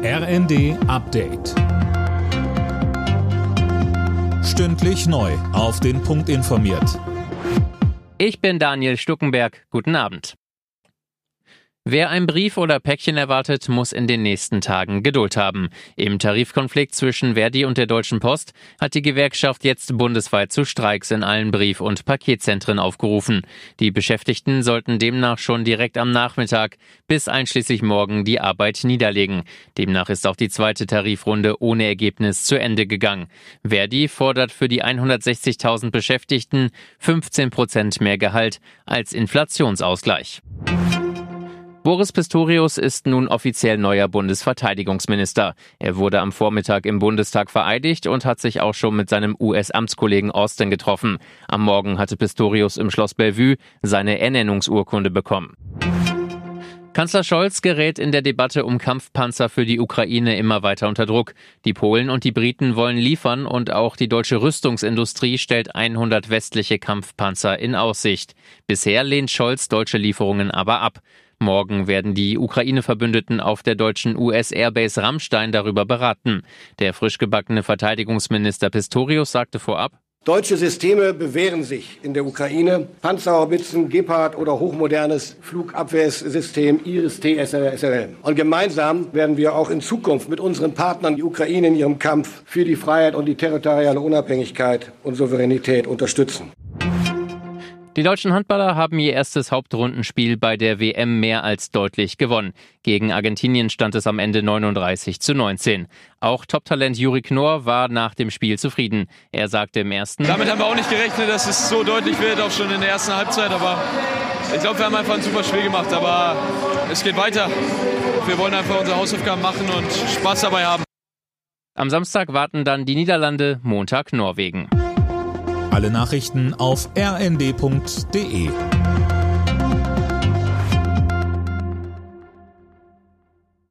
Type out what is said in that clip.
RND Update. Stündlich neu auf den Punkt informiert. Ich bin Daniel Stuckenberg. Guten Abend. Wer ein Brief oder Päckchen erwartet, muss in den nächsten Tagen Geduld haben. Im Tarifkonflikt zwischen Verdi und der Deutschen Post hat die Gewerkschaft jetzt bundesweit zu Streiks in allen Brief- und Paketzentren aufgerufen. Die Beschäftigten sollten demnach schon direkt am Nachmittag bis einschließlich morgen die Arbeit niederlegen. Demnach ist auch die zweite Tarifrunde ohne Ergebnis zu Ende gegangen. Verdi fordert für die 160.000 Beschäftigten 15% mehr Gehalt als Inflationsausgleich. Boris Pistorius ist nun offiziell neuer Bundesverteidigungsminister. Er wurde am Vormittag im Bundestag vereidigt und hat sich auch schon mit seinem US-Amtskollegen Austin getroffen. Am Morgen hatte Pistorius im Schloss Bellevue seine Ernennungsurkunde bekommen. Kanzler Scholz gerät in der Debatte um Kampfpanzer für die Ukraine immer weiter unter Druck. Die Polen und die Briten wollen liefern und auch die deutsche Rüstungsindustrie stellt 100 westliche Kampfpanzer in Aussicht. Bisher lehnt Scholz deutsche Lieferungen aber ab. Morgen werden die Ukraine-Verbündeten auf der deutschen US-Airbase Ramstein darüber beraten. Der frisch gebackene Verteidigungsminister Pistorius sagte vorab: Deutsche Systeme bewähren sich in der Ukraine. Panzerhaubitzen, Gepard oder hochmodernes Flugabwehrsystem Iris-T SRM. Und gemeinsam werden wir auch in Zukunft mit unseren Partnern die Ukraine in ihrem Kampf für die Freiheit und die territoriale Unabhängigkeit und Souveränität unterstützen. Die deutschen Handballer haben ihr erstes Hauptrundenspiel bei der WM mehr als deutlich gewonnen. Gegen Argentinien stand es am Ende 39-19. Auch Top-Talent Juri Knorr war nach dem Spiel zufrieden. Er sagte im ersten: Damit haben wir auch nicht gerechnet, dass es so deutlich wird, auch schon in der ersten Halbzeit. Aber ich glaube, wir haben einfach ein super Spiel gemacht. Aber es geht weiter. Wir wollen einfach unsere Hausaufgaben machen und Spaß dabei haben. Am Samstag warten dann die Niederlande, Montag Norwegen. Alle Nachrichten auf rnd.de.